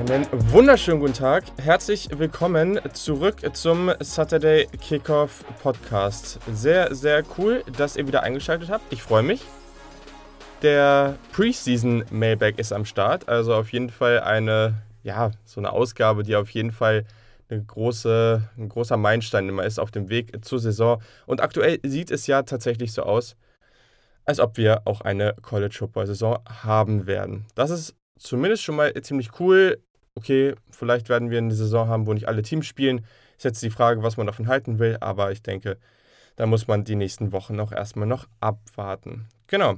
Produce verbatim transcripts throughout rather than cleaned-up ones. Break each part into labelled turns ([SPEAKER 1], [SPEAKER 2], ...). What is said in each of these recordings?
[SPEAKER 1] Einen wunderschönen guten Tag. Herzlich willkommen zurück zum Saturday Kickoff Podcast. Sehr, sehr cool, dass ihr wieder eingeschaltet habt. Ich freue mich. Der Preseason Mailbag ist am Start. Also auf jeden Fall eine, ja, so eine Ausgabe, die auf jeden Fall eine große, ein großer Meilenstein immer ist auf dem Weg zur Saison. Und aktuell sieht es ja tatsächlich so aus, als ob wir auch eine College-Football-Saison haben werden. Das ist zumindest schon mal ziemlich cool. Okay, vielleicht werden wir eine Saison haben, wo nicht alle Teams spielen. Ist jetzt die Frage, was man davon halten will, aber ich denke, da muss man die nächsten Wochen auch erstmal noch abwarten. Genau.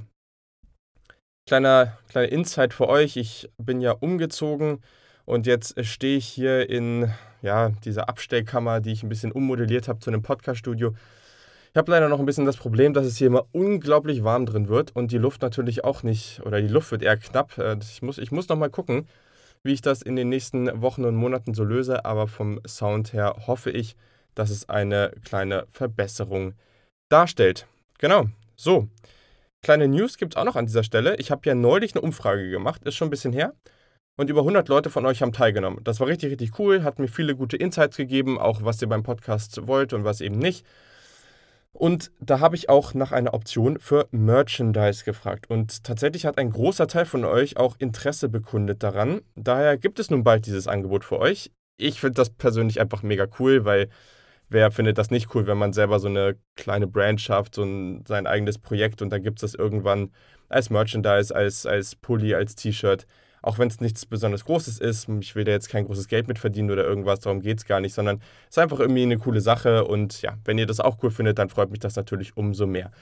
[SPEAKER 1] Kleiner, kleiner Insight für euch. Ich bin ja umgezogen und jetzt stehe ich hier in ja, dieser Abstellkammer, die ich ein bisschen ummodelliert habe zu einem Podcast-Studio. Ich habe leider noch ein bisschen das Problem, dass es hier immer unglaublich warm drin wird und die Luft natürlich auch nicht, oder die Luft wird eher knapp. Ich muss, ich muss noch mal gucken, wie ich das in den nächsten Wochen und Monaten so löse, aber vom Sound her hoffe ich, dass es eine kleine Verbesserung darstellt. Genau, so. Kleine News gibt es auch noch an dieser Stelle. Ich habe ja neulich eine Umfrage gemacht, ist schon ein bisschen her. Und über hundert Leute von euch haben teilgenommen. Das war richtig, richtig cool, hat mir viele gute Insights gegeben, auch was ihr beim Podcast wollt und was eben nicht. Und da habe ich auch nach einer Option für Merchandise gefragt. Und tatsächlich hat ein großer Teil von euch auch Interesse bekundet daran. Daher gibt es nun bald dieses Angebot für euch. Ich finde das persönlich einfach mega cool, weil wer findet das nicht cool, wenn man selber so eine kleine Brand schafft, so ein, sein eigenes Projekt und dann gibt es das irgendwann als Merchandise, als, als Pulli, als T-Shirt. Auch wenn es nichts besonders Großes ist, ich will da jetzt kein großes Geld mit verdienen oder irgendwas, darum geht es gar nicht, sondern es ist einfach irgendwie eine coole Sache und ja, wenn ihr das auch cool findet, dann freut mich das natürlich umso mehr.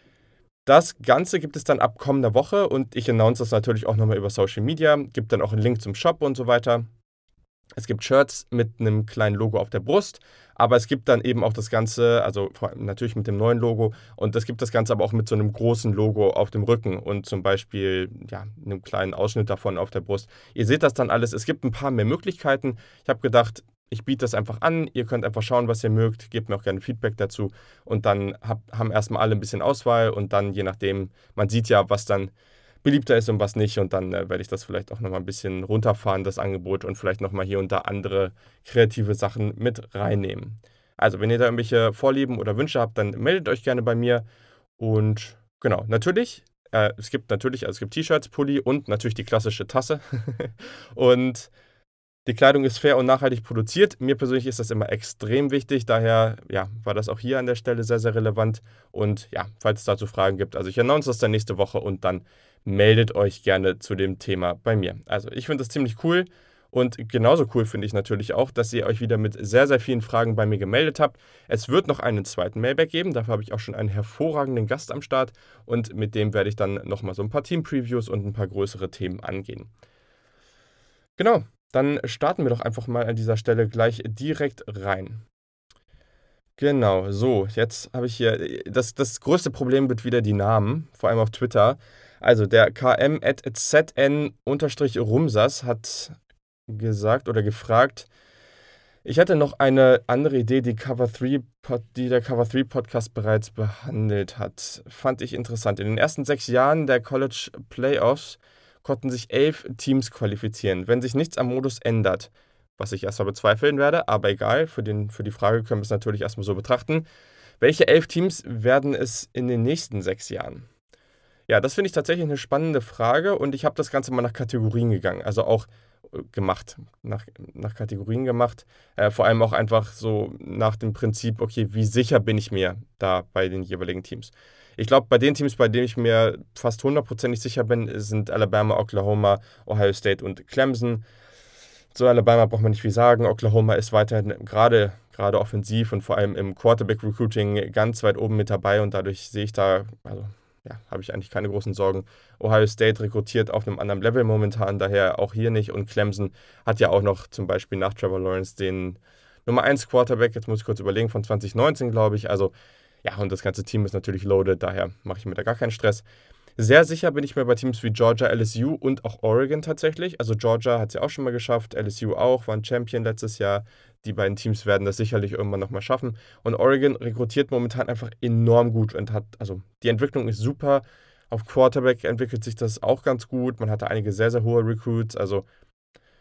[SPEAKER 1] Das Ganze gibt es dann ab kommender Woche und ich announce das natürlich auch nochmal über Social Media, gibt dann auch einen Link zum Shop und so weiter. Es gibt Shirts mit einem kleinen Logo auf der Brust, aber es gibt dann eben auch das Ganze, also natürlich mit dem neuen Logo und es gibt das Ganze aber auch mit so einem großen Logo auf dem Rücken und zum Beispiel ja, einem kleinen Ausschnitt davon auf der Brust. Ihr seht das dann alles, es gibt ein paar mehr Möglichkeiten. Ich habe gedacht, ich biete das einfach an, ihr könnt einfach schauen, was ihr mögt, gebt mir auch gerne Feedback dazu und dann hab, haben erstmal alle ein bisschen Auswahl und dann je nachdem, man sieht ja, was dann beliebter ist und was nicht und dann äh, werde ich das vielleicht auch nochmal ein bisschen runterfahren, das Angebot und vielleicht nochmal hier und da andere kreative Sachen mit reinnehmen. Also, wenn ihr da irgendwelche Vorlieben oder Wünsche habt, dann meldet euch gerne bei mir und genau, natürlich, äh, es gibt natürlich, also es gibt T-Shirts, Pulli und natürlich die klassische Tasse und die Kleidung ist fair und nachhaltig produziert. Mir persönlich ist das immer extrem wichtig, daher ja, war das auch hier an der Stelle sehr, sehr relevant. Und ja, falls es dazu Fragen gibt, also ich announce das dann nächste Woche und dann meldet euch gerne zu dem Thema bei mir. Also ich finde das ziemlich cool und genauso cool finde ich natürlich auch, dass ihr euch wieder mit sehr, sehr vielen Fragen bei mir gemeldet habt. Es wird noch einen zweiten Mailback geben, dafür habe ich auch schon einen hervorragenden Gast am Start und mit dem werde ich dann nochmal so ein paar Team-Previews und ein paar größere Themen angehen. Genau. Dann starten wir doch einfach mal an dieser Stelle gleich direkt rein. Genau, so, jetzt habe ich hier, das, das größte Problem wird wieder die Namen, vor allem auf Twitter. Also der K M at Z N Rumsas hat gesagt oder gefragt, ich hätte noch eine andere Idee, die, Cover drei, die der Cover drei Podcast bereits behandelt hat. Fand ich interessant. In den ersten sechs Jahren der College Playoffs konnten sich elf Teams qualifizieren, wenn sich nichts am Modus ändert, was ich erstmal bezweifeln werde, aber egal, für, den, für die Frage können wir es natürlich erstmal so betrachten. Welche elf Teams werden es in den nächsten sechs Jahren? Ja, das finde ich tatsächlich eine spannende Frage und ich habe das Ganze mal nach Kategorien gegangen, also auch gemacht, nach, nach Kategorien gemacht, äh, vor allem auch einfach so nach dem Prinzip, okay, wie sicher bin ich mir da bei den jeweiligen Teams? Ich glaube, bei den Teams, bei denen ich mir fast hundertprozentig sicher bin, sind Alabama, Oklahoma, Ohio State und Clemson. Zu Alabama braucht man nicht viel sagen. Oklahoma ist weiterhin gerade, gerade offensiv und vor allem im Quarterback-Recruiting ganz weit oben mit dabei und dadurch sehe ich da, also ja, habe ich eigentlich keine großen Sorgen. Ohio State rekrutiert auf einem anderen Level momentan, daher auch hier nicht. Und Clemson hat ja auch noch zum Beispiel nach Trevor Lawrence den Nummer eins Quarterback, jetzt muss ich kurz überlegen, von zwanzig neunzehn, glaube ich. Also ja, und das ganze Team ist natürlich loaded, daher mache ich mir da gar keinen Stress. Sehr sicher bin ich mir bei Teams wie Georgia, L S U und auch Oregon tatsächlich. Also Georgia hat es ja auch schon mal geschafft, L S U auch, war ein Champion letztes Jahr. Die beiden Teams werden das sicherlich irgendwann nochmal schaffen. Und Oregon rekrutiert momentan einfach enorm gut und hat, also die Entwicklung ist super. Auf Quarterback entwickelt sich das auch ganz gut. Man hatte einige sehr, sehr hohe Recruits. Also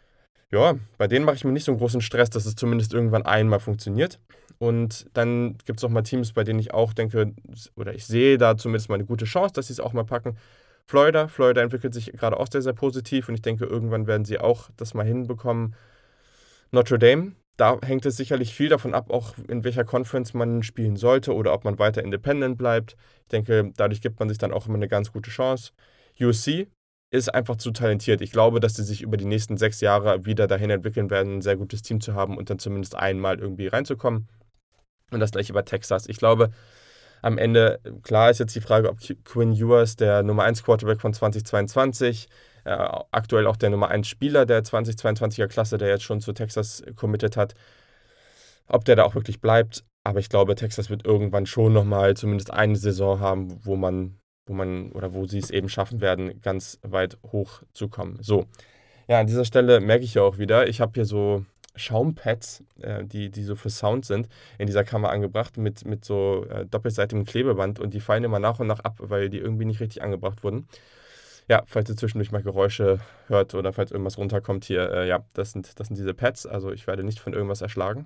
[SPEAKER 1] ja, bei denen mache ich mir nicht so einen großen Stress, dass es zumindest irgendwann einmal funktioniert. Und dann gibt es auch mal Teams, bei denen ich auch denke, oder ich sehe da zumindest mal eine gute Chance, dass sie es auch mal packen. Florida, Florida entwickelt sich gerade auch sehr, sehr positiv und ich denke, irgendwann werden sie auch das mal hinbekommen. Notre Dame, da hängt es sicherlich viel davon ab, auch in welcher Conference man spielen sollte oder ob man weiter independent bleibt. Ich denke, dadurch gibt man sich dann auch immer eine ganz gute Chance. U S C ist einfach zu talentiert. Ich glaube, dass sie sich über die nächsten sechs Jahre wieder dahin entwickeln werden, ein sehr gutes Team zu haben und dann zumindest einmal irgendwie reinzukommen. Und das gleiche bei Texas. Ich glaube, am Ende, klar ist jetzt die Frage, ob Quinn Ewers, der Nummer eins Quarterback von zwanzig zweiundzwanzig, äh, aktuell auch der Nummer eins Spieler der zwanzig zweiundzwanziger Klasse, der jetzt schon zu Texas committed hat, ob der da auch wirklich bleibt. Aber ich glaube, Texas wird irgendwann schon nochmal zumindest eine Saison haben, wo man, wo man oder wo sie es eben schaffen werden, ganz weit hoch zu kommen. So, ja, an dieser Stelle merke ich ja auch wieder, ich habe hier so Schaumpads, äh, die, die so für Sound sind, in dieser Kamera angebracht mit, mit so äh, doppelseitigem Klebeband und die fallen immer nach und nach ab, weil die irgendwie nicht richtig angebracht wurden. Ja, falls ihr zwischendurch mal Geräusche hört oder falls irgendwas runterkommt hier, äh, ja, das sind, das sind diese Pads, also ich werde nicht von irgendwas erschlagen.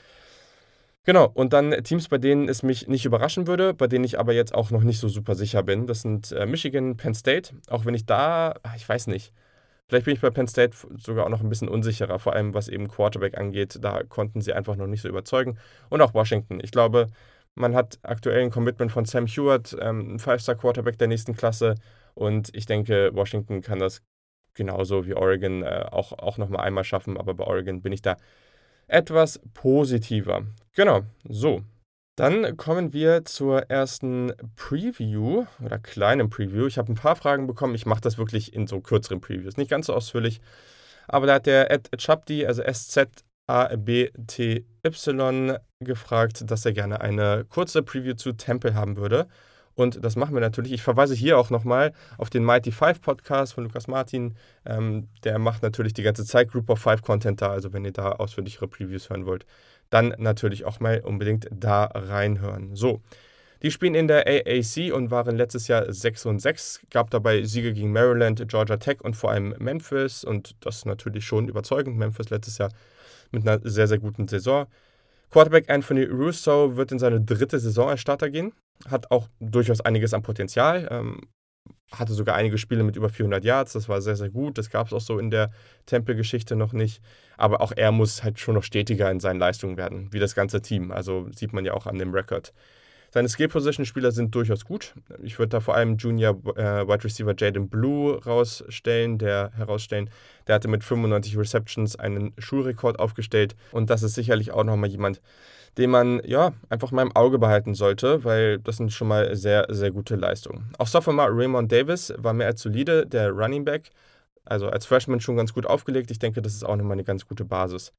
[SPEAKER 1] Genau, und dann Teams, bei denen es mich nicht überraschen würde, bei denen ich aber jetzt auch noch nicht so super sicher bin. Das sind äh, Michigan, Penn State, auch wenn ich da, ich weiß nicht, vielleicht bin ich bei Penn State sogar auch noch ein bisschen unsicherer, vor allem was eben Quarterback angeht. Da konnten sie einfach noch nicht so überzeugen. Und auch Washington. Ich glaube, man hat aktuell ein Commitment von Sam Heward, ähm, ein Five-Star-Quarterback der nächsten Klasse. Und ich denke, Washington kann das genauso wie Oregon äh, auch, auch nochmal einmal schaffen. Aber bei Oregon bin ich da etwas positiver. Genau, so. Dann kommen wir zur ersten Preview oder kleinen Preview. Ich habe ein paar Fragen bekommen. Ich mache das wirklich in so kürzeren Previews. Nicht ganz so ausführlich. Aber da hat der Ed Chabdi, also S Z A B T Y, gefragt, dass er gerne eine kurze Preview zu Temple haben würde. Und das machen wir natürlich. Ich verweise hier auch nochmal auf den Mighty Five Podcast von Lukas Martin. Ähm, der macht natürlich die ganze Zeit Group of Five Content da. Also wenn ihr da ausführlichere Previews hören wollt, dann natürlich auch mal unbedingt da reinhören. So, die spielen in der A A C und waren letztes Jahr sechs und sechs. Gab dabei Siege gegen Maryland, Georgia Tech und vor allem Memphis. Und das ist natürlich schon überzeugend. Memphis letztes Jahr mit einer sehr, sehr guten Saison. Quarterback Anthony Russo wird in seine dritte Saison als Starter gehen. Hat auch durchaus einiges an Potenzial. Ähm, hatte sogar einige Spiele mit über vierhundert Yards. Das war sehr, sehr gut. Das gab es auch so in der Temple-Geschichte noch nicht. Aber auch er muss halt schon noch stetiger in seinen Leistungen werden, wie das ganze Team. Also sieht man ja auch an dem Rekord. Seine Skill-Position-Spieler sind durchaus gut. Ich würde da vor allem Junior äh, Wide Receiver Jaden Blue rausstellen, der herausstellen. Der hatte mit fünfundneunzig Receptions einen Schulrekord aufgestellt. Und das ist sicherlich auch nochmal jemand, den man ja einfach mal im Auge behalten sollte, weil das sind schon mal sehr, sehr gute Leistungen. Auch Sophomore Raymond Davis war mehr als solide, der Running Back. Also als Freshman schon ganz gut aufgelegt. Ich denke, das ist auch nochmal eine ganz gute Basis.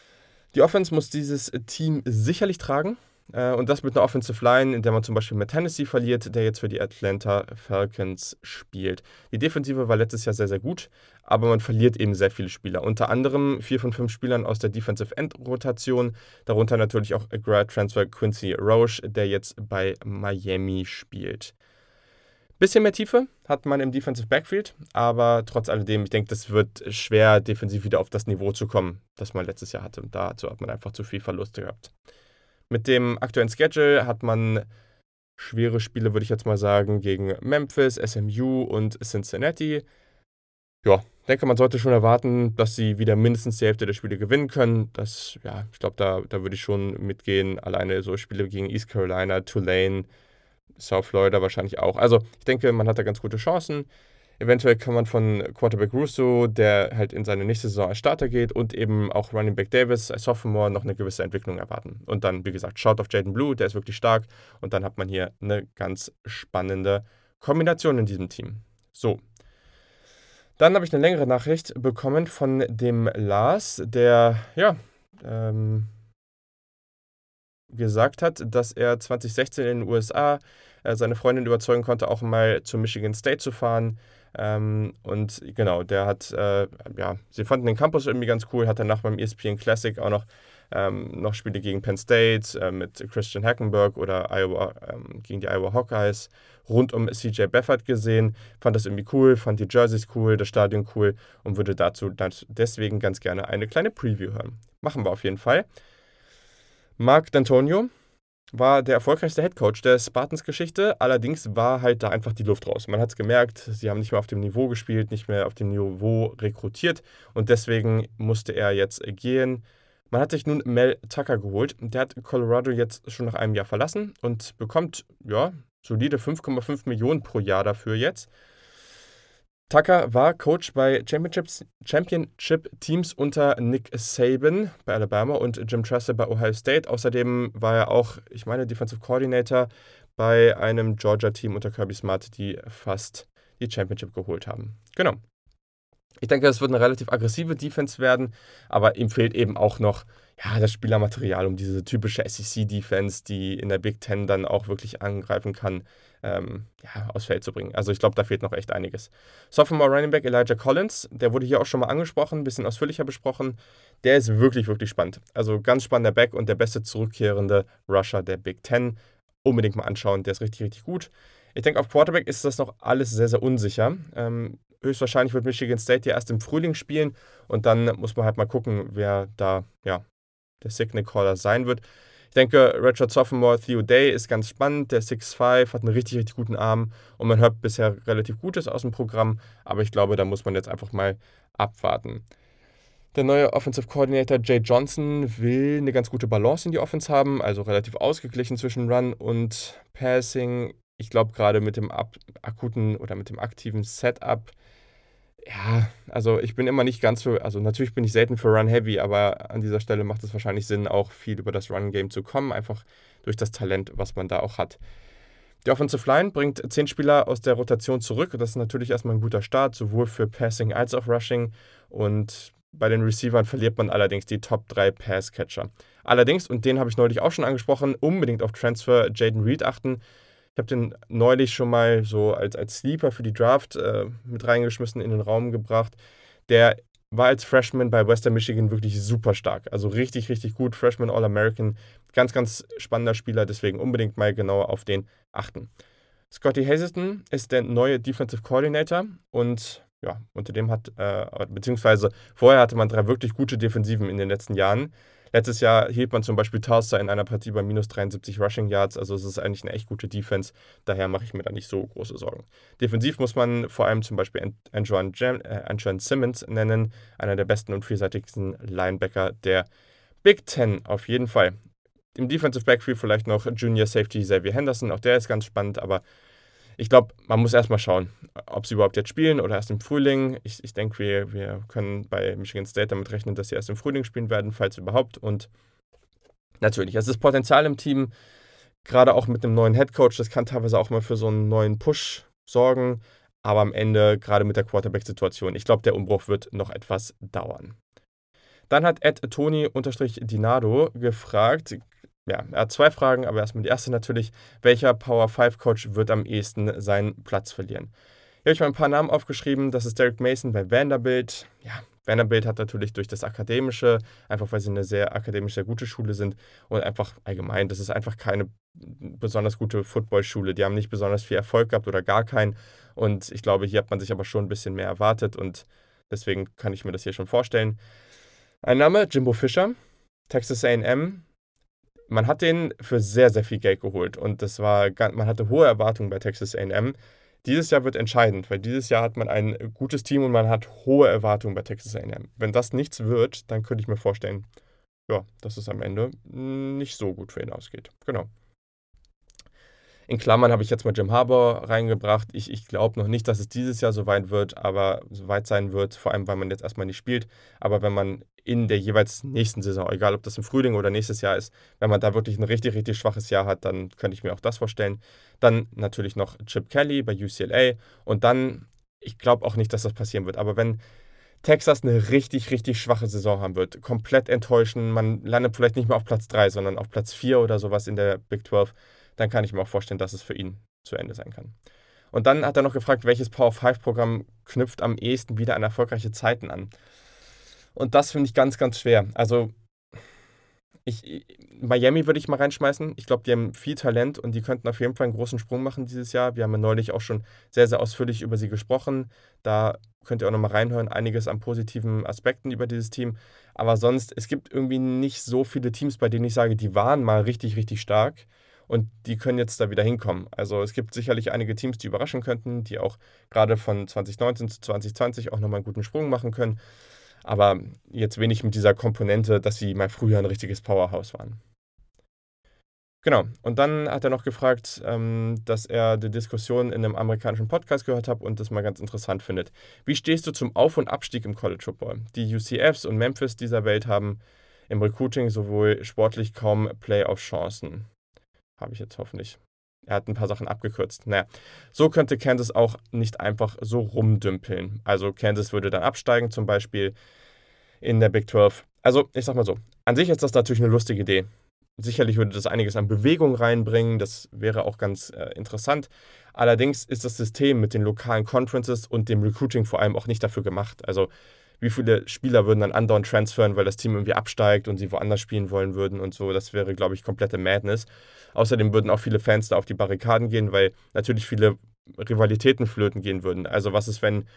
[SPEAKER 1] Die Offense muss dieses Team sicherlich tragen. Und das mit einer Offensive Line, in der man zum Beispiel mit Tennessee verliert, der jetzt für die Atlanta Falcons spielt. Die Defensive war letztes Jahr sehr, sehr gut, aber man verliert eben sehr viele Spieler. Unter anderem vier von fünf Spielern aus der Defensive End Rotation, darunter natürlich auch Grad Transfer Quincy Roche, der jetzt bei Miami spielt. Bisschen mehr Tiefe hat man im Defensive Backfield, aber trotz alledem, ich denke, das wird schwer, defensiv wieder auf das Niveau zu kommen, das man letztes Jahr hatte. Dazu hat man einfach zu viel Verluste gehabt. Mit dem aktuellen Schedule hat man schwere Spiele, würde ich jetzt mal sagen, gegen Memphis, S M U und Cincinnati. Ja, ich denke, man sollte schon erwarten, dass sie wieder mindestens die Hälfte der Spiele gewinnen können. Das, ja, ich glaube, da, da würde ich schon mitgehen. Alleine so Spiele gegen East Carolina, Tulane, South Florida wahrscheinlich auch. Also ich denke, man hat da ganz gute Chancen. Eventuell kann man von Quarterback Russo, der halt in seine nächste Saison als Starter geht, und eben auch Running Back Davis als Sophomore noch eine gewisse Entwicklung erwarten. Und dann, wie gesagt, schaut auf Jaden Blue, der ist wirklich stark. Und dann hat man hier eine ganz spannende Kombination in diesem Team. So. Dann habe ich eine längere Nachricht bekommen von dem Lars, der, ja, ähm, gesagt hat, dass er zwanzig sechzehn in den U S A äh, seine Freundin überzeugen konnte, auch mal zu Michigan State zu fahren. Ähm, und genau, der hat, äh, ja, sie fanden den Campus irgendwie ganz cool, hat danach beim E S P N Classic auch noch, ähm, noch Spiele gegen Penn State äh, mit Christian Hackenberg oder Iowa, ähm, gegen die Iowa Hawkeyes rund um C J Beathard gesehen, fand das irgendwie cool, fand die Jerseys cool, das Stadion cool und würde dazu deswegen ganz gerne eine kleine Preview hören. Machen wir auf jeden Fall. Mark Dantonio war der erfolgreichste Headcoach der Spartans-Geschichte, allerdings war halt da einfach die Luft raus. Man hat es gemerkt, sie haben nicht mehr auf dem Niveau gespielt, nicht mehr auf dem Niveau rekrutiert und deswegen musste er jetzt gehen. Man hat sich nun Mel Tucker geholt, der hat Colorado jetzt schon nach einem Jahr verlassen und bekommt, ja, solide fünf Komma fünf Millionen pro Jahr dafür jetzt. Tucker war Coach bei Championships, Championship-Teams unter Nick Saban bei Alabama und Jim Tressel bei Ohio State. Außerdem war er auch, ich meine, Defensive Coordinator bei einem Georgia-Team unter Kirby Smart, die fast die Championship geholt haben. Genau. Ich denke, es wird eine relativ aggressive Defense werden, aber ihm fehlt eben auch noch ja, das Spielermaterial, um diese typische S E C-Defense, die in der Big Ten dann auch wirklich angreifen kann, ähm, ja, aufs Feld zu bringen. Also ich glaube, da fehlt noch echt einiges. Sophomore Running Back Elijah Collins, der wurde hier auch schon mal angesprochen, ein bisschen ausführlicher besprochen. Der ist wirklich, wirklich spannend. Also ganz spannender Back und der beste zurückkehrende Rusher der Big Ten. Unbedingt mal anschauen, der ist richtig, richtig gut. Ich denke, auf Quarterback ist das noch alles sehr, sehr unsicher. Ähm, höchstwahrscheinlich wird Michigan State ja erst im Frühling spielen und dann muss man halt mal gucken, wer da ja, der Signal Caller sein wird. Ich denke, Redshirt Sophomore Theo Day ist ganz spannend, der sechs fünf, hat einen richtig, richtig guten Arm und man hört bisher relativ Gutes aus dem Programm, aber ich glaube, da muss man jetzt einfach mal abwarten. Der neue Offensive Coordinator Jay Johnson will eine ganz gute Balance in die Offense haben, also relativ ausgeglichen zwischen Run und Passing. Ich glaube, gerade mit dem ab- akuten oder mit dem aktiven Setup, ja, also ich bin immer nicht ganz so, also natürlich bin ich selten für Run-Heavy, aber an dieser Stelle macht es wahrscheinlich Sinn, auch viel über das Run-Game zu kommen, einfach durch das Talent, was man da auch hat. Die Offensive Line bringt zehn Spieler aus der Rotation zurück. Das ist natürlich erstmal ein guter Start, sowohl für Passing als auch Rushing. Und bei den Receivern verliert man allerdings die Top drei Pass-Catcher. Allerdings, und den habe ich neulich auch schon angesprochen, unbedingt auf Transfer Jaden Reed achten. Ich habe den neulich schon mal so als, als Sleeper für die Draft äh, mit reingeschmissen, in den Raum gebracht. Der war als Freshman bei Western Michigan wirklich super stark. Also richtig, richtig gut. Freshman All-American. Ganz, ganz spannender Spieler. Deswegen unbedingt mal genauer auf den achten. Scotty Hazelton ist der neue Defensive Coordinator. Und ja, unter dem hat, äh, beziehungsweise vorher hatte man drei wirklich gute Defensiven in den letzten Jahren. Letztes Jahr hielt man zum Beispiel Tulsa in einer Partie bei minus dreiundsiebzig Rushing Yards, also es ist eigentlich eine echt gute Defense, daher mache ich mir da nicht so große Sorgen. Defensiv muss man vor allem zum Beispiel Antoine, Jam, äh, Antoine Simmons nennen, einer der besten und vielseitigsten Linebacker der Big Ten auf jeden Fall. Im Defensive Backfield vielleicht noch Junior Safety Xavier Henderson, auch der ist ganz spannend, aber ich glaube, man muss erstmal schauen, ob sie überhaupt jetzt spielen oder erst im Frühling. Ich, ich denke, wir, wir können bei Michigan State damit rechnen, dass sie erst im Frühling spielen werden, falls überhaupt. Und natürlich, es ist Potenzial im Team, gerade auch mit einem neuen Headcoach. Das kann teilweise auch mal für so einen neuen Push sorgen. Aber am Ende, gerade mit der Quarterback-Situation, ich glaube, der Umbruch wird noch etwas dauern. Dann hat Ed Tony-Dinado gefragt, ja, er hat zwei Fragen, aber erstmal die erste natürlich. Welcher Power fünf Coach wird am ehesten seinen Platz verlieren? Hier habe ich mal ein paar Namen aufgeschrieben. Das ist Derek Mason bei Vanderbilt. Ja, Vanderbilt hat natürlich durch das Akademische, einfach weil sie eine sehr akademisch sehr gute Schule sind und einfach allgemein, das ist einfach keine besonders gute Footballschule. Die haben nicht besonders viel Erfolg gehabt oder gar keinen. Und ich glaube, hier hat man sich aber schon ein bisschen mehr erwartet und deswegen kann ich mir das hier schon vorstellen. Ein Name, Jimbo Fisher, Texas A und M. Man hat den für sehr, sehr viel Geld geholt und das war, man hatte hohe Erwartungen bei Texas A und M. Dieses Jahr wird entscheidend, weil dieses Jahr hat man ein gutes Team und man hat hohe Erwartungen bei Texas A und M. Wenn das nichts wird, dann könnte ich mir vorstellen, ja, dass es am Ende nicht so gut für ihn ausgeht. Genau. In Klammern habe ich jetzt mal Jim Harbaugh reingebracht. Ich, ich glaube noch nicht, dass es dieses Jahr so weit wird, aber so weit sein wird, vor allem, weil man jetzt erstmal nicht spielt. Aber wenn man in der jeweils nächsten Saison, egal ob das im Frühling oder nächstes Jahr ist, wenn man da wirklich ein richtig, richtig schwaches Jahr hat, dann könnte ich mir auch das vorstellen. Dann natürlich noch Chip Kelly bei U C L A und dann, ich glaube auch nicht, dass das passieren wird, aber wenn Texas eine richtig, richtig schwache Saison haben wird, komplett enttäuschen, man landet vielleicht nicht mehr auf Platz drei, sondern auf Platz vier oder sowas in der Big zwölf, dann kann ich mir auch vorstellen, dass es für ihn zu Ende sein kann. Und dann hat er noch gefragt, welches Power fünf Programm knüpft am ehesten wieder an erfolgreiche Zeiten an. Und das finde ich ganz, ganz schwer. Also ich, Miami würde ich mal reinschmeißen. Ich glaube, die haben viel Talent und die könnten auf jeden Fall einen großen Sprung machen dieses Jahr. Wir haben ja neulich auch schon sehr, sehr ausführlich über sie gesprochen. Da könnt ihr auch nochmal reinhören. Einiges an positiven Aspekten über dieses Team. Aber sonst, es gibt irgendwie nicht so viele Teams, bei denen ich sage, die waren mal richtig, richtig stark und die können jetzt da wieder hinkommen. Also es gibt sicherlich einige Teams, die überraschen könnten, die auch gerade von zwanzig neunzehn zu zwanzig zwanzig auch nochmal einen guten Sprung machen können. Aber jetzt wenig mit dieser Komponente, dass sie mal früher ein richtiges Powerhouse waren. Genau. Und dann hat er noch gefragt, ähm, dass er die Diskussion in einem amerikanischen Podcast gehört hat und das mal ganz interessant findet. Wie stehst du zum Auf- und Abstieg im College Football? Die U C Fs und Memphis dieser Welt haben im Recruiting sowohl sportlich kaum Playoff-Chancen. Habe ich jetzt hoffentlich. Er hat ein paar Sachen abgekürzt. Naja, so könnte Kansas auch nicht einfach so rumdümpeln. Also Kansas würde dann absteigen, zum Beispiel in der Big zwölf. Also ich sag mal so, an sich ist das natürlich eine lustige Idee. Sicherlich würde das einiges an Bewegung reinbringen, das wäre auch ganz äh, interessant. Allerdings ist das System mit den lokalen Conferences und dem Recruiting vor allem auch nicht dafür gemacht. Also wie viele Spieler würden dann andauernd transferen, weil das Team irgendwie absteigt und sie woanders spielen wollen würden und so. Das wäre, glaube ich, komplette Madness. Außerdem würden auch viele Fans da auf die Barrikaden gehen, weil natürlich viele Rivalitäten flöten gehen würden. Also was ist, wenn,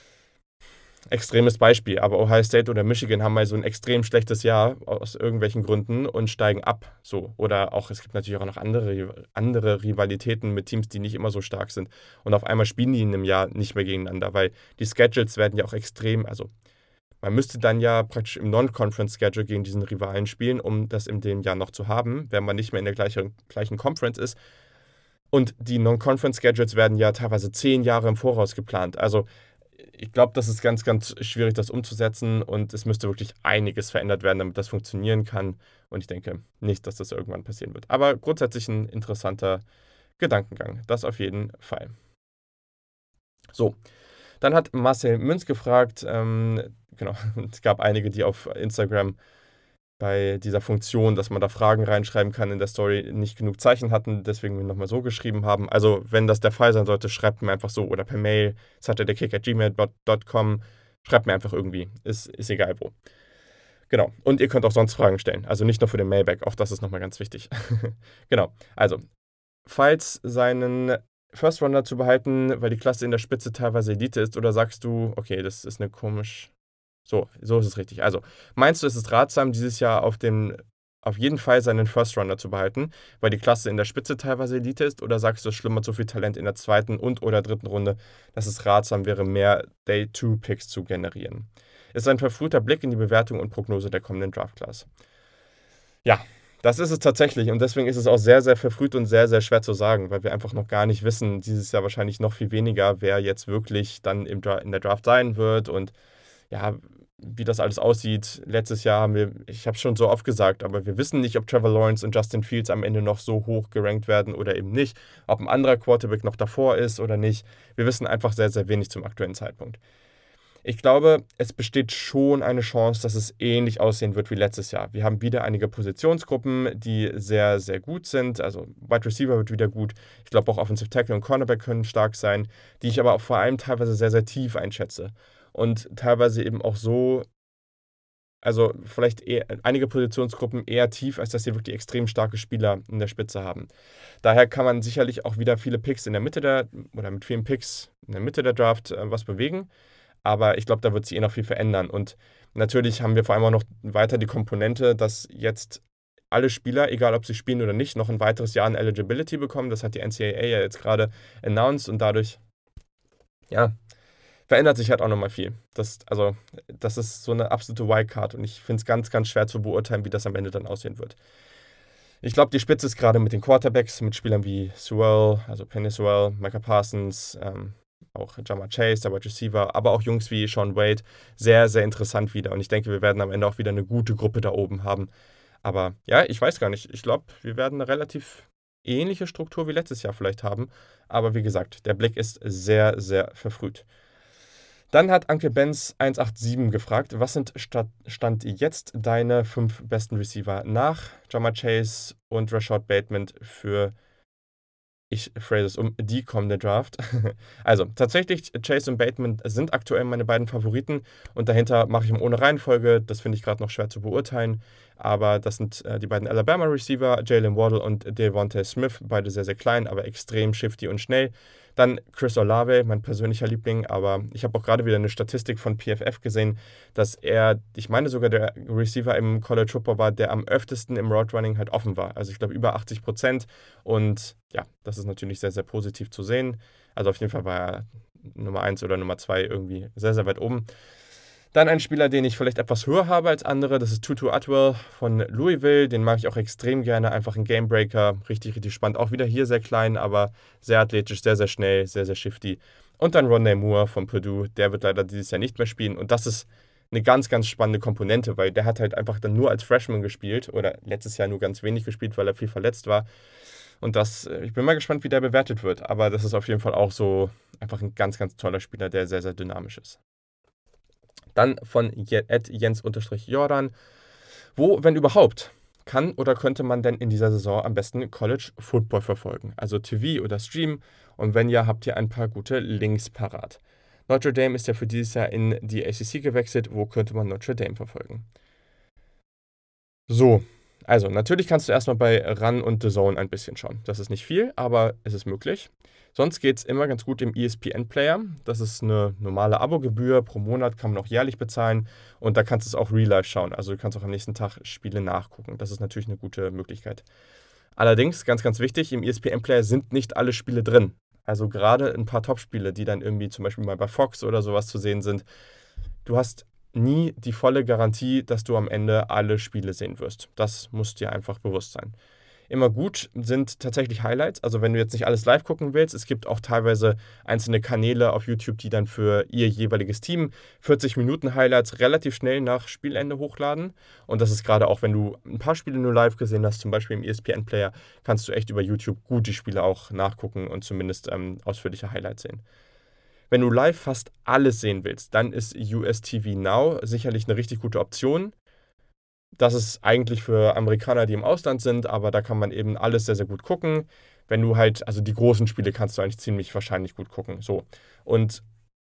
[SPEAKER 1] extremes Beispiel, aber Ohio State oder Michigan haben mal so ein extrem schlechtes Jahr aus irgendwelchen Gründen und steigen ab. So. Oder auch, es gibt natürlich auch noch andere, andere Rivalitäten mit Teams, die nicht immer so stark sind. Und auf einmal spielen die in einem Jahr nicht mehr gegeneinander, weil die Schedules werden ja auch extrem, also man müsste dann ja praktisch im Non-Conference-Schedule gegen diesen Rivalen spielen, um das in dem Jahr noch zu haben, wenn man nicht mehr in der gleichen, gleichen Conference ist. Und die Non-Conference-Schedules werden ja teilweise zehn Jahre im Voraus geplant. Also ich glaube, das ist ganz, ganz schwierig, das umzusetzen und es müsste wirklich einiges verändert werden, damit das funktionieren kann. Und ich denke nicht, dass das irgendwann passieren wird. Aber grundsätzlich ein interessanter Gedankengang. Das auf jeden Fall. So, dann hat Marcel Münz gefragt, ähm, genau, es gab einige, die auf Instagram bei dieser Funktion, dass man da Fragen reinschreiben kann in der Story, nicht genug Zeichen hatten, deswegen wir nochmal so geschrieben haben. Also wenn das der Fall sein sollte, schreibt mir einfach so oder per Mail, saturdaykick at gmail dot com, schreibt mir einfach irgendwie, ist, ist egal wo. Genau, und ihr könnt auch sonst Fragen stellen, also nicht nur für den Mailback, auch das ist nochmal ganz wichtig. Genau, also, falls seinen First Runner zu behalten, weil die Klasse in der Spitze teilweise Elite ist, oder sagst du, okay, das ist eine komisch... So, so ist es richtig. Also, meinst du, es ist ratsam, dieses Jahr auf, den, auf jeden Fall seinen First Runner zu behalten, weil die Klasse in der Spitze teilweise Elite ist? Oder sagst du, es schlummert so viel Talent in der zweiten und oder dritten Runde, dass es ratsam wäre, mehr Day zwei Picks zu generieren? Ist ein verfrühter Blick in die Bewertung und Prognose der kommenden Draft-Class. Ja, das ist es tatsächlich. Und deswegen ist es auch sehr, sehr verfrüht und sehr, sehr schwer zu sagen, weil wir einfach noch gar nicht wissen, dieses Jahr wahrscheinlich noch viel weniger, wer jetzt wirklich dann im Dra- in der Draft sein wird und ja, wie das alles aussieht. Letztes Jahr haben wir, ich habe es schon so oft gesagt, aber wir wissen nicht, ob Trevor Lawrence und Justin Fields am Ende noch so hoch gerankt werden oder eben nicht. Ob ein anderer Quarterback noch davor ist oder nicht. Wir wissen einfach sehr, sehr wenig zum aktuellen Zeitpunkt. Ich glaube, es besteht schon eine Chance, dass es ähnlich aussehen wird wie letztes Jahr. Wir haben wieder einige Positionsgruppen, die sehr, sehr gut sind. Also Wide Receiver wird wieder gut. Ich glaube auch Offensive Tackle und Cornerback können stark sein, die ich aber auch vor allem teilweise sehr, sehr tief einschätze. Und teilweise eben auch so, also vielleicht eher, einige Positionsgruppen eher tief, als dass sie wirklich extrem starke Spieler in der Spitze haben. Daher kann man sicherlich auch wieder viele Picks in der Mitte der, oder mit vielen Picks in der Mitte der Draft äh, was bewegen. Aber ich glaube, da wird sich eh noch viel verändern. Und natürlich haben wir vor allem auch noch weiter die Komponente, dass jetzt alle Spieler, egal ob sie spielen oder nicht, noch ein weiteres Jahr an Eligibility bekommen. Das hat die N C A A ja jetzt gerade announced und dadurch, ja, verändert sich halt auch nochmal viel. Das, also, das ist so eine absolute Wildcard und ich finde es ganz, ganz schwer zu beurteilen, wie das am Ende dann aussehen wird. Ich glaube, die Spitze ist gerade mit den Quarterbacks, mit Spielern wie Sewell, also Penny Sewell, Micah Parsons, ähm, auch Ja'Marr Chase, der Wide Receiver, aber auch Jungs wie Sean Wade, sehr, sehr interessant wieder. Und ich denke, wir werden am Ende auch wieder eine gute Gruppe da oben haben. Aber ja, ich weiß gar nicht. Ich glaube, wir werden eine relativ ähnliche Struktur wie letztes Jahr vielleicht haben. Aber wie gesagt, der Blick ist sehr, sehr verfrüht. Dann hat Uncle Benz eins acht sieben gefragt, was sind Stand jetzt deine fünf besten Receiver nach Ja'Marr Chase und Rashad Bateman für Ich phrase es um, die kommende Draft. Also, tatsächlich, Chase und Bateman sind aktuell meine beiden Favoriten und dahinter mache ich ihm ohne Reihenfolge. Das finde ich gerade noch schwer zu beurteilen. Aber das sind äh, die beiden Alabama-Receiver, Jalen Waddle und Devontae Smith. Beide sehr, sehr klein, aber extrem shifty und schnell. Dann Chris Olave, mein persönlicher Liebling. Aber ich habe auch gerade wieder eine Statistik von P F F gesehen, dass er, ich meine sogar der Receiver im College Football war, der am öftesten im Route Running halt offen war. Also ich glaube über achtzig Prozent. Und ja, das ist natürlich sehr, sehr positiv zu sehen. Also auf jeden Fall war er Nummer eins oder Nummer zwei irgendwie sehr, sehr weit oben. Dann ein Spieler, den ich vielleicht etwas höher habe als andere, das ist Tutu Atwell von Louisville. Den mag ich auch extrem gerne, einfach ein Gamebreaker, richtig, richtig spannend. Auch wieder hier sehr klein, aber sehr athletisch, sehr, sehr schnell, sehr, sehr shifty. Und dann Rondé Moore von Purdue, der wird leider dieses Jahr nicht mehr spielen. Und das ist eine ganz, ganz spannende Komponente, weil der hat halt einfach dann nur als Freshman gespielt oder letztes Jahr nur ganz wenig gespielt, weil er viel verletzt war. Und das, ich bin mal gespannt, wie der bewertet wird. Aber das ist auf jeden Fall auch so einfach ein ganz, ganz toller Spieler, der sehr, sehr dynamisch ist. Dann von Jens-Jordan. Wo, wenn überhaupt, kann oder könnte man denn in dieser Saison am besten College Football verfolgen? Also T V oder Stream? Und wenn ja, habt ihr ein paar gute Links parat. Notre Dame ist ja für dieses Jahr in die A C C gewechselt. Wo könnte man Notre Dame verfolgen? So, also natürlich kannst du erstmal bei Run und The Zone ein bisschen schauen. Das ist nicht viel, aber es ist möglich. Sonst geht es immer ganz gut im E S P N-Player. Das ist eine normale Abogebühr. Pro Monat kann man auch jährlich bezahlen. Und da kannst du es auch real life schauen. Also du kannst auch am nächsten Tag Spiele nachgucken. Das ist natürlich eine gute Möglichkeit. Allerdings, ganz, ganz wichtig, im E S P N-Player sind nicht alle Spiele drin. Also gerade ein paar Top-Spiele, die dann irgendwie zum Beispiel mal bei Fox oder sowas zu sehen sind. Du hast nie die volle Garantie, dass du am Ende alle Spiele sehen wirst. Das muss dir einfach bewusst sein. Immer gut sind tatsächlich Highlights. Also wenn du jetzt nicht alles live gucken willst, es gibt auch teilweise einzelne Kanäle auf YouTube, die dann für ihr jeweiliges Team vierzig Minuten Highlights relativ schnell nach Spielende hochladen. Und das ist gerade auch, wenn du ein paar Spiele nur live gesehen hast, zum Beispiel im E S P N-Player, kannst du echt über YouTube gut die Spiele auch nachgucken und zumindest ähm, ausführliche Highlights sehen. Wenn du live fast alles sehen willst, dann ist U S T V Now sicherlich eine richtig gute Option. Das ist eigentlich für Amerikaner, die im Ausland sind, aber da kann man eben alles sehr, sehr gut gucken. Wenn du halt, also die großen Spiele kannst du eigentlich ziemlich wahrscheinlich gut gucken. So. Und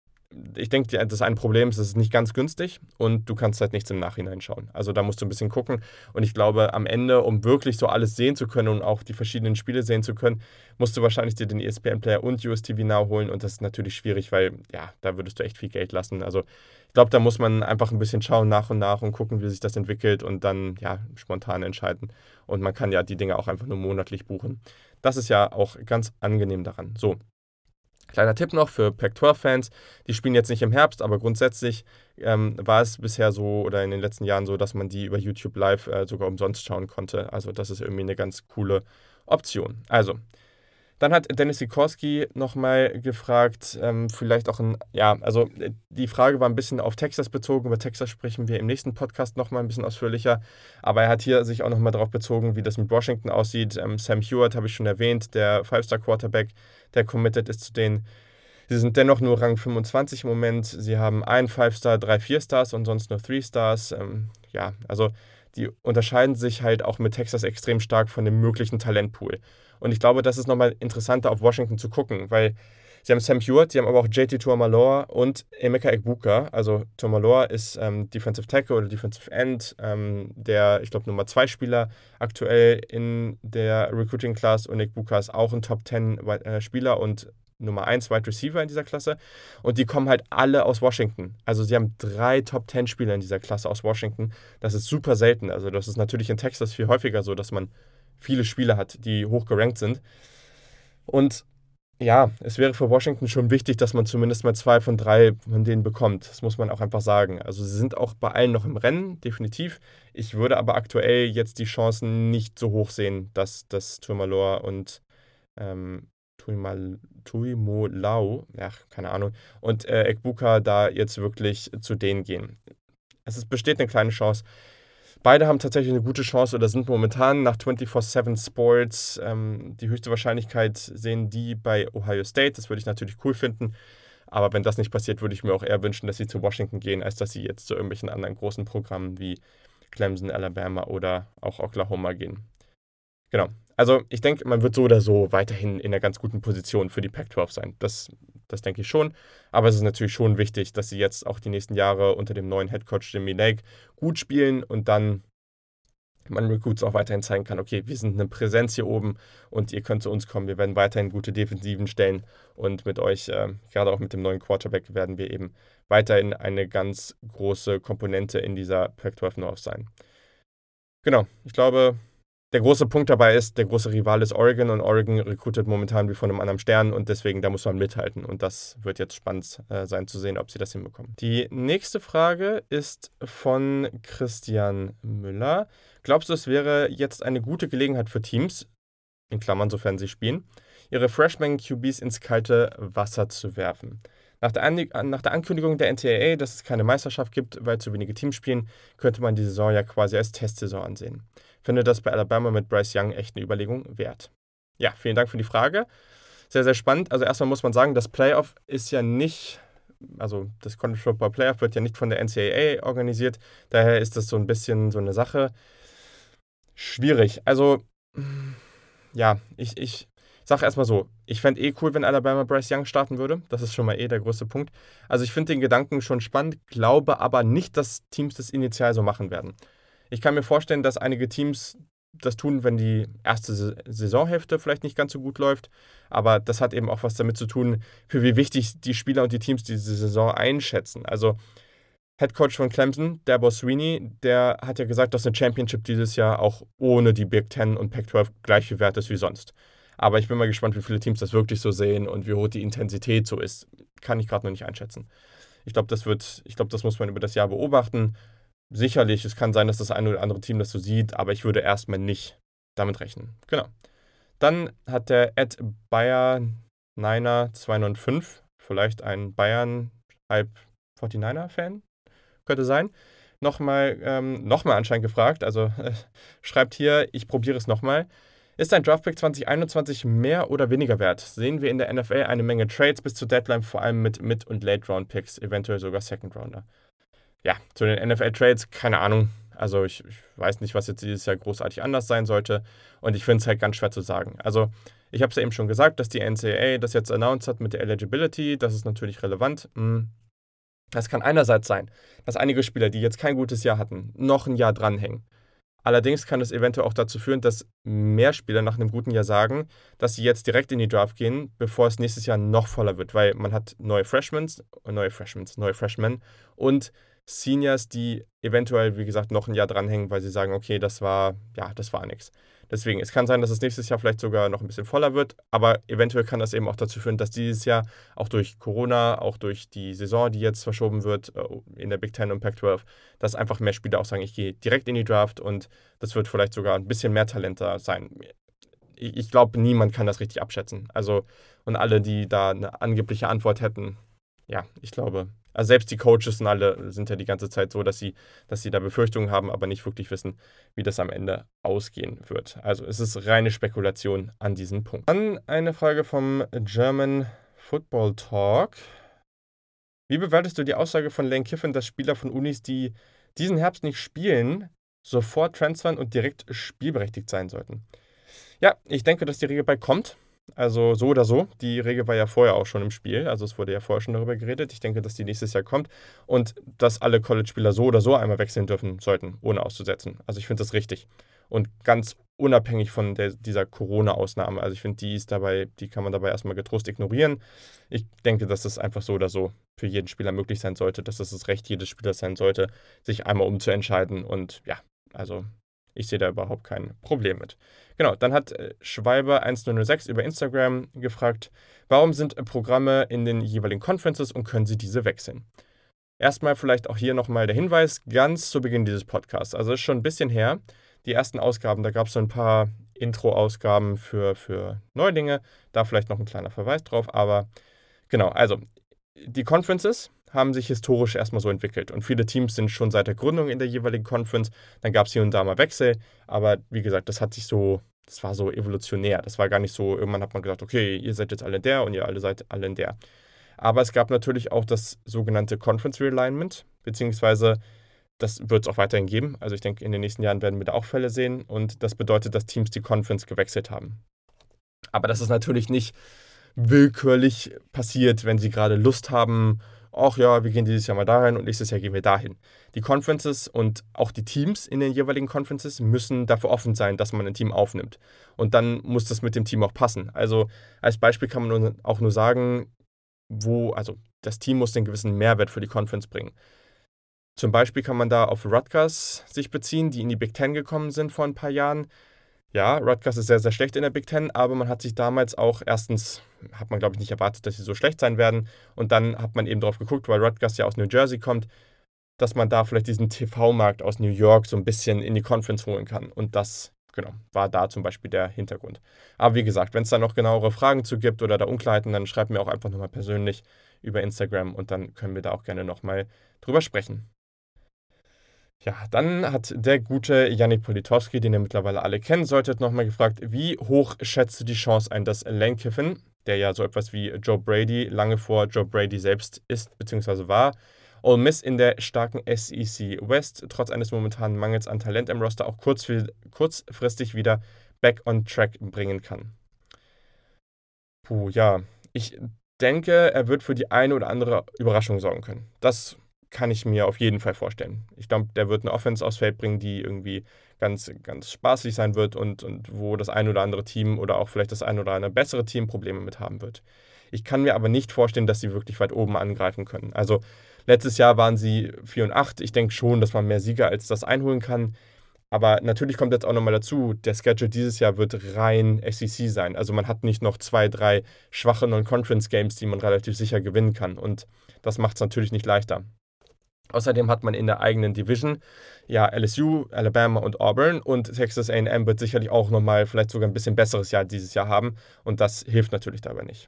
[SPEAKER 1] ich denke, das ein Problem ist, es ist nicht ganz günstig und du kannst halt nichts im Nachhinein schauen. Also da musst du ein bisschen gucken. Und ich glaube, am Ende, um wirklich so alles sehen zu können und auch die verschiedenen Spiele sehen zu können, musst du wahrscheinlich dir den E S P N-Player und U S T V Now holen. Und das ist natürlich schwierig, weil, ja, da würdest du echt viel Geld lassen. Also ich glaube, da muss man einfach ein bisschen schauen nach und nach und gucken, wie sich das entwickelt und dann, ja, spontan entscheiden. Und man kann ja die Dinge auch einfach nur monatlich buchen. Das ist ja auch ganz angenehm daran. So. Kleiner Tipp noch für Pac zwölf Fans, die spielen jetzt nicht im Herbst, aber grundsätzlich ähm, war es bisher so oder in den letzten Jahren so, dass man die über YouTube Live äh, sogar umsonst schauen konnte. Also das ist irgendwie eine ganz coole Option. Also, dann hat Dennis Sikorski nochmal gefragt, ähm, vielleicht auch ein, ja, also die Frage war ein bisschen auf Texas bezogen, über Texas sprechen wir im nächsten Podcast nochmal ein bisschen ausführlicher, aber er hat hier sich auch nochmal darauf bezogen, wie das mit Washington aussieht. Ähm, Sam Hewitt habe ich schon erwähnt, der Five-Star-Quarterback, der committed ist zu denen. Sie sind dennoch nur Rang fünfundzwanzig im Moment, sie haben einen Five-Star, drei Vier-Stars und sonst nur Three-Stars. Ähm, ja, also die unterscheiden sich halt auch mit Texas extrem stark von dem möglichen Talentpool. Und ich glaube, das ist nochmal interessanter auf Washington zu gucken, weil sie haben Sam Hewitt, sie haben aber auch J T Tuamaloa und Emeka Egbuka. Also Tuamaloa ist ähm, Defensive Tackle oder Defensive End, ähm, der, ich glaube, Nummer zwei Spieler aktuell in der Recruiting Class und Egbuka ist auch ein Top zehn äh, Spieler und Nummer eins Wide Receiver in dieser Klasse. Und die kommen halt alle aus Washington. Also sie haben drei Top zehn Spieler in dieser Klasse aus Washington. Das ist super selten. Also das ist natürlich in Texas viel häufiger so, dass man viele Spieler hat, die hoch gerankt sind. Und ja, es wäre für Washington schon wichtig, dass man zumindest mal zwei von drei von denen bekommt. Das muss man auch einfach sagen. Also sie sind auch bei allen noch im Rennen, definitiv. Ich würde aber aktuell jetzt die Chancen nicht so hoch sehen, dass das Tuamaloa und ähm, Tuimolau, ja, keine Ahnung, und äh, Egbuka da jetzt wirklich zu denen gehen. Es ist, besteht eine kleine Chance. Beide haben tatsächlich eine gute Chance oder sind momentan nach vierundzwanzig sieben Sports ähm, die höchste Wahrscheinlichkeit sehen die bei Ohio State. Das würde ich natürlich cool finden. Aber wenn das nicht passiert, würde ich mir auch eher wünschen, dass sie zu Washington gehen, als dass sie jetzt zu irgendwelchen anderen großen Programmen wie Clemson, Alabama oder auch Oklahoma gehen. Genau. Also ich denke, man wird so oder so weiterhin in einer ganz guten Position für die Pac zwölf sein. Das, das denke ich schon. Aber es ist natürlich schon wichtig, dass sie jetzt auch die nächsten Jahre unter dem neuen Headcoach Jimmy Lake gut spielen und dann man Recruits auch weiterhin zeigen kann, okay, wir sind eine Präsenz hier oben und ihr könnt zu uns kommen. Wir werden weiterhin gute Defensiven stellen und mit euch, äh, gerade auch mit dem neuen Quarterback, werden wir eben weiterhin eine ganz große Komponente in dieser Pac zwölf North sein. Genau, ich glaube, der große Punkt dabei ist, der große Rival ist Oregon und Oregon recruitet momentan wie von einem anderen Stern und deswegen, da muss man mithalten und das wird jetzt spannend äh, sein zu sehen, ob sie das hinbekommen. Die nächste Frage ist von Christian Müller. Glaubst du, es wäre jetzt eine gute Gelegenheit für Teams, in Klammern, sofern sie spielen, ihre Freshman-Q Bs ins kalte Wasser zu werfen? Nach der, An nach der Ankündigung der N C A A, dass es keine Meisterschaft gibt, weil zu wenige Teams spielen, könnte man die Saison ja quasi als Testsaison ansehen. Finde das bei Alabama mit Bryce Young echt eine Überlegung wert. Ja, vielen Dank für die Frage. Sehr, sehr spannend. Also erstmal muss man sagen, das Playoff ist ja nicht, also das College Football Playoff wird ja nicht von der N C A A organisiert. Daher ist das so ein bisschen so eine Sache. Schwierig. Also, ja, ich, ich sage erstmal so, ich fände eh cool, wenn Alabama Bryce Young starten würde. Das ist schon mal eh der größte Punkt. Also ich finde den Gedanken schon spannend, glaube aber nicht, dass Teams das initial so machen werden. Ich kann mir vorstellen, dass einige Teams das tun, wenn die erste Saisonhälfte vielleicht nicht ganz so gut läuft. Aber das hat eben auch was damit zu tun, für wie wichtig die Spieler und die Teams diese Saison einschätzen. Also Headcoach von Clemson, Dabo Swinney, der hat ja gesagt, dass eine Championship dieses Jahr auch ohne die Big Ten und Pac zwölf gleich viel wert ist wie sonst. Aber ich bin mal gespannt, wie viele Teams das wirklich so sehen und wie hoch die Intensität so ist. Kann ich gerade noch nicht einschätzen. Ich glaube, das wird, ich glaube, das muss man über das Jahr beobachten. Sicherlich, es kann sein, dass das eine oder andere Team das so sieht, aber ich würde erstmal nicht damit rechnen. Genau. Dann hat der Ed Bayer Niner zwei neun fünf, vielleicht ein Bayern-Hype forty-niner-Fan, könnte sein, nochmal ähm, noch mal anscheinend gefragt, also äh, schreibt hier, ich probiere es nochmal. Ist ein Draftpick zwanzig einundzwanzig mehr oder weniger wert? Sehen wir in der N F L eine Menge Trades bis zur Deadline, vor allem mit Mid- und Late-Round-Picks, eventuell sogar Second-Rounder. Ja, zu den N F L-Trades, keine Ahnung. Also ich, ich weiß nicht, was jetzt dieses Jahr großartig anders sein sollte. Und ich finde es halt ganz schwer zu sagen. Also ich habe es ja eben schon gesagt, dass die N C A A das jetzt announced hat mit der Eligibility. Das ist natürlich relevant. Das kann einerseits sein, dass einige Spieler, die jetzt kein gutes Jahr hatten, noch ein Jahr dranhängen. Allerdings kann es eventuell auch dazu führen, dass mehr Spieler nach einem guten Jahr sagen, dass sie jetzt direkt in die Draft gehen, bevor es nächstes Jahr noch voller wird, weil man hat neue Freshmen, neue Freshmen, neue Freshmen und Seniors, die eventuell, wie gesagt, noch ein Jahr dranhängen, weil sie sagen, okay, das war, ja, das war nichts. Deswegen, es kann sein, dass es nächstes Jahr vielleicht sogar noch ein bisschen voller wird, aber eventuell kann das eben auch dazu führen, dass dieses Jahr auch durch Corona, auch durch die Saison, die jetzt verschoben wird in der Big Ten und Pac zwölf, dass einfach mehr Spieler auch sagen, ich gehe direkt in die Draft und das wird vielleicht sogar ein bisschen mehr Talent da sein. Ich, ich glaube, niemand kann das richtig abschätzen. Also, und alle, die da eine angebliche Antwort hätten, ja, ich glaube, also selbst die Coaches und alle sind ja die ganze Zeit so, dass sie, dass sie da Befürchtungen haben, aber nicht wirklich wissen, wie das am Ende ausgehen wird. Also es ist reine Spekulation an diesem Punkt. Dann eine Frage vom German Football Talk. Wie bewertest du die Aussage von Lane Kiffin, dass Spieler von Unis, die diesen Herbst nicht spielen, sofort transfern und direkt spielberechtigt sein sollten? Ja, ich denke, dass die Regel bald kommt. Also so oder so. Die Regel war ja vorher auch schon im Spiel. Also es wurde ja vorher schon darüber geredet. Ich denke, dass die nächstes Jahr kommt und dass alle College-Spieler so oder so einmal wechseln dürfen sollten, ohne auszusetzen. Also ich finde das richtig. Und ganz unabhängig von der, dieser Corona-Ausnahme. Also ich finde, die ist dabei, die kann man dabei erstmal getrost ignorieren. Ich denke, dass das einfach so oder so für jeden Spieler möglich sein sollte, dass das das Recht jedes Spielers sein sollte, sich einmal umzuentscheiden. Und ja, also ich sehe da überhaupt kein Problem mit. Genau, dann hat Schwalbe eins null null sechs über Instagram gefragt, warum sind Programme in den jeweiligen Conferences und können sie diese wechseln? Erstmal vielleicht auch hier nochmal der Hinweis, ganz zu Beginn dieses Podcasts, also ist schon ein bisschen her, die ersten Ausgaben, da gab es so ein paar Intro-Ausgaben für, für Neulinge, da vielleicht noch ein kleiner Verweis drauf, aber genau, also die Conferences haben sich historisch erstmal so entwickelt und viele Teams sind schon seit der Gründung in der jeweiligen Conference, dann gab es hier und da mal Wechsel, aber wie gesagt, das hat sich so, das war so evolutionär, das war gar nicht so, irgendwann hat man gesagt, okay, ihr seid jetzt alle in der und ihr alle seid alle in der. Aber es gab natürlich auch das sogenannte Conference Realignment, beziehungsweise das wird es auch weiterhin geben. Also ich denke, in den nächsten Jahren werden wir da auch Fälle sehen. Und das bedeutet, dass Teams die Conference gewechselt haben. Aber das ist natürlich nicht willkürlich passiert, wenn sie gerade Lust haben, ach ja, wir gehen dieses Jahr mal dahin und nächstes Jahr gehen wir dahin. Die Conferences und auch die Teams in den jeweiligen Conferences müssen dafür offen sein, dass man ein Team aufnimmt. Und dann muss das mit dem Team auch passen. Also als Beispiel kann man auch nur sagen, wo, also das Team muss einen gewissen Mehrwert für die Conference bringen. Zum Beispiel kann man da auf Rutgers sich beziehen, die in die Big Ten gekommen sind vor ein paar Jahren. Ja, Rutgers ist sehr, sehr schlecht in der Big Ten, aber man hat sich damals auch, erstens hat man, glaube ich, nicht erwartet, dass sie so schlecht sein werden. Und dann hat man eben drauf geguckt, weil Rutgers ja aus New Jersey kommt, dass man da vielleicht diesen T V-Markt aus New York so ein bisschen in die Conference holen kann. Und das, genau, war da zum Beispiel der Hintergrund. Aber wie gesagt, wenn es da noch genauere Fragen zu gibt oder da Unklarheiten, dann schreibt mir auch einfach nochmal persönlich über Instagram und dann können wir da auch gerne nochmal drüber sprechen. Ja, dann hat der gute Yannick Politowski, den ihr mittlerweile alle kennen solltet, nochmal gefragt, wie hoch schätzt du die Chance ein, dass Lane Kiffin, der ja so etwas wie Joe Brady lange vor Joe Brady selbst ist bzw. war, Ole Miss in der starken S E C West trotz eines momentanen Mangels an Talent im Roster auch kurzfristig wieder back on track bringen kann? Puh, ja, ich denke, er wird für die eine oder andere Überraschung sorgen können. Das kann ich mir auf jeden Fall vorstellen. Ich glaube, der wird eine Offense aufs Feld bringen, die irgendwie ganz, ganz spaßig sein wird und, und wo das ein oder andere Team oder auch vielleicht das ein oder andere bessere Team Probleme mit haben wird. Ich kann mir aber nicht vorstellen, dass sie wirklich weit oben angreifen können. Also letztes Jahr waren sie vier und acht. Ich denke schon, dass man mehr Sieger als das einholen kann. Aber natürlich kommt jetzt auch nochmal dazu, der Schedule dieses Jahr wird rein S E C sein. Also man hat nicht noch zwei, drei schwache Non-Conference-Games, die man relativ sicher gewinnen kann. Und das macht es natürlich nicht leichter. Außerdem hat man in der eigenen Division ja L S U, Alabama und Auburn und Texas A und M wird sicherlich auch nochmal vielleicht sogar ein bisschen besseres Jahr dieses Jahr haben und das hilft natürlich dabei nicht.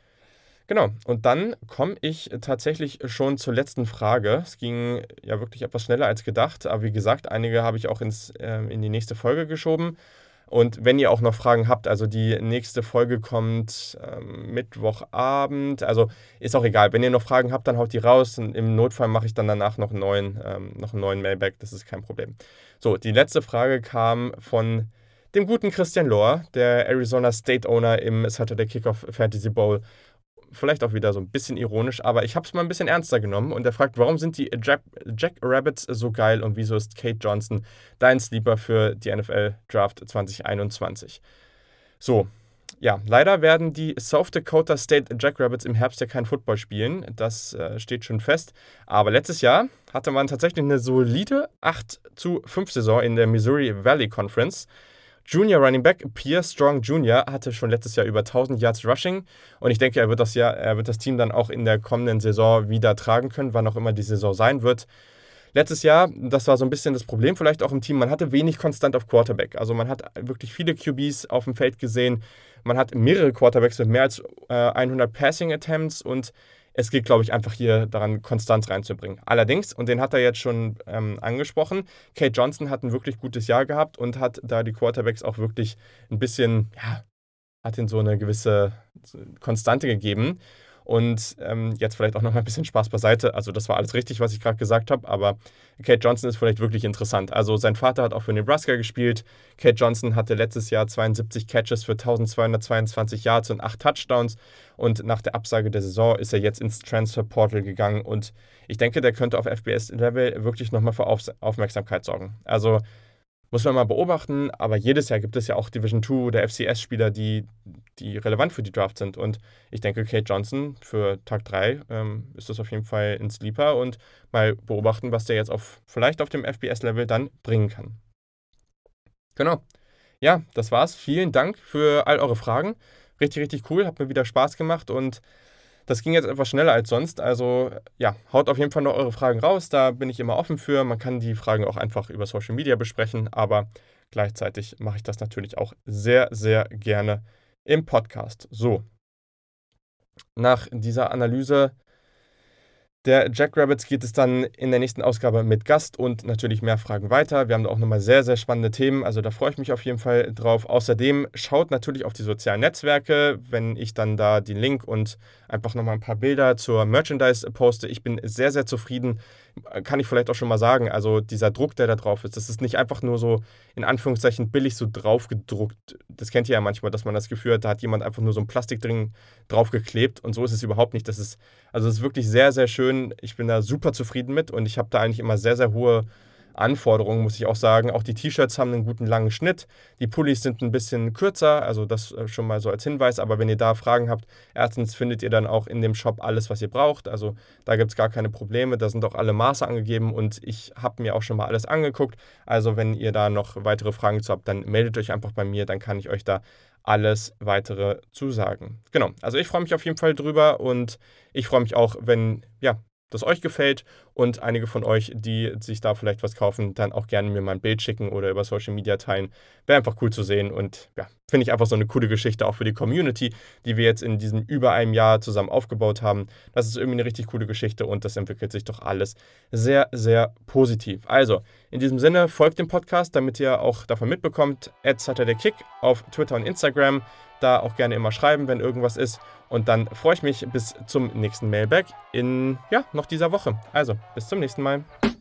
[SPEAKER 1] Genau, und dann komme ich tatsächlich schon zur letzten Frage. Es ging ja wirklich etwas schneller als gedacht, aber wie gesagt, einige habe ich auch ins, äh, in die nächste Folge geschoben. Und wenn ihr auch noch Fragen habt, also die nächste Folge kommt ähm, Mittwochabend, also ist auch egal. Wenn ihr noch Fragen habt, dann haut die raus. Und im Notfall mache ich dann danach noch einen neuen, ähm, noch einen neuen Mailback, das ist kein Problem. So, die letzte Frage kam von dem guten Christian Lohr, der Arizona State Owner im Saturday Kickoff Fantasy Bowl. Vielleicht auch wieder so ein bisschen ironisch, aber ich habe es mal ein bisschen ernster genommen und er fragt, warum sind die Jack, Jack Rabbits so geil und wieso ist Kate Johnson dein Sleeper für die N F L Draft zwanzig einundzwanzig? So, ja, leider werden die South Dakota State Jackrabbits im Herbst ja kein Football spielen, das äh, steht schon fest, aber letztes Jahr hatte man tatsächlich eine solide acht zu fünf Saison in der Missouri Valley Conference. Junior Running Back Pierre Strong Junior hatte schon letztes Jahr über tausend Yards Rushing und ich denke, er wird das Jahr, er wird das Team dann auch in der kommenden Saison wieder tragen können, wann auch immer die Saison sein wird. Letztes Jahr, das war so ein bisschen das Problem vielleicht auch im Team, man hatte wenig konstant auf Quarterback. Also man hat wirklich viele Q Bs auf dem Feld gesehen, man hat mehrere Quarterbacks mit mehr als äh, hundert Passing Attempts und es geht, glaube ich, einfach hier daran, Konstanz reinzubringen. Allerdings, und den hat er jetzt schon ähm, angesprochen, Kate Johnson hat ein wirklich gutes Jahr gehabt und hat da die Quarterbacks auch wirklich ein bisschen, ja, hat ihnen so eine gewisse Konstante gegeben. Und ähm, jetzt vielleicht auch noch mal ein bisschen Spaß beiseite. Also das war alles richtig, was ich gerade gesagt habe, aber Kate Johnson ist vielleicht wirklich interessant. Also sein Vater hat auch für Nebraska gespielt. Kate Johnson hatte letztes Jahr zweiundsiebzig Catches für eintausendzweihundertzweiundzwanzig Yards und acht Touchdowns. Und nach der Absage der Saison ist er jetzt ins Transfer Portal gegangen. Und ich denke, der könnte auf F B S-Level wirklich nochmal für Auf- Aufmerksamkeit sorgen. Also muss man mal beobachten, aber jedes Jahr gibt es ja auch Division zwei oder F C S-Spieler, die, die relevant für die Draft sind. Und ich denke, Kate Johnson für Tag drei ähm, ist das auf jeden Fall ein Sleeper und mal beobachten, was der jetzt auf vielleicht auf dem F B S-Level dann bringen kann. Genau. Ja, das war's. Vielen Dank für all eure Fragen. Richtig, richtig cool. Hat mir wieder Spaß gemacht und das ging jetzt etwas schneller als sonst, also ja, haut auf jeden Fall noch eure Fragen raus, da bin ich immer offen für. Man kann die Fragen auch einfach über Social Media besprechen, aber gleichzeitig mache ich das natürlich auch sehr, sehr gerne im Podcast. So, nach dieser Analyse der Jackrabbits geht es dann in der nächsten Ausgabe mit Gast und natürlich mehr Fragen weiter. Wir haben da auch nochmal sehr, sehr spannende Themen, also da freue ich mich auf jeden Fall drauf. Außerdem schaut natürlich auf die sozialen Netzwerke, wenn ich dann da den Link und einfach nochmal ein paar Bilder zur Merchandise poste. Ich bin sehr, sehr zufrieden, kann ich vielleicht auch schon mal sagen, also dieser Druck, der da drauf ist, das ist nicht einfach nur so, in Anführungszeichen, billig so drauf gedruckt. Das kennt ihr ja manchmal, dass man das Gefühl hat, da hat jemand einfach nur so ein Plastikding draufgeklebt und so ist es überhaupt nicht. Das ist, also es ist wirklich sehr, sehr schön. Ich bin da super zufrieden mit und ich habe da eigentlich immer sehr, sehr hohe Anforderungen, muss ich auch sagen. Auch die T-Shirts haben einen guten langen Schnitt. Die Pullis sind ein bisschen kürzer, also das schon mal so als Hinweis. Aber wenn ihr da Fragen habt, erstens findet ihr dann auch in dem Shop alles, was ihr braucht. Also da gibt es gar keine Probleme. Da sind auch alle Maße angegeben und ich habe mir auch schon mal alles angeguckt. Also wenn ihr da noch weitere Fragen zu habt, dann meldet euch einfach bei mir. Dann kann ich euch da alles weitere zu sagen. Genau, also ich freue mich auf jeden Fall drüber und ich freue mich auch, wenn, ja, das euch gefällt und einige von euch, die sich da vielleicht was kaufen, dann auch gerne mir mal ein Bild schicken oder über Social Media teilen. Wäre einfach cool zu sehen und ja, finde ich einfach so eine coole Geschichte auch für die Community, die wir jetzt in diesem über einem Jahr zusammen aufgebaut haben. Das ist irgendwie eine richtig coole Geschichte und das entwickelt sich doch alles sehr, sehr positiv. Also, in diesem Sinne, folgt dem Podcast, damit ihr auch davon mitbekommt, at SaturdayKick auf Twitter und Instagram. Da auch gerne immer schreiben, wenn irgendwas ist. Und dann freue ich mich bis zum nächsten Mailback in, ja, noch dieser Woche. Also, bis zum nächsten Mal.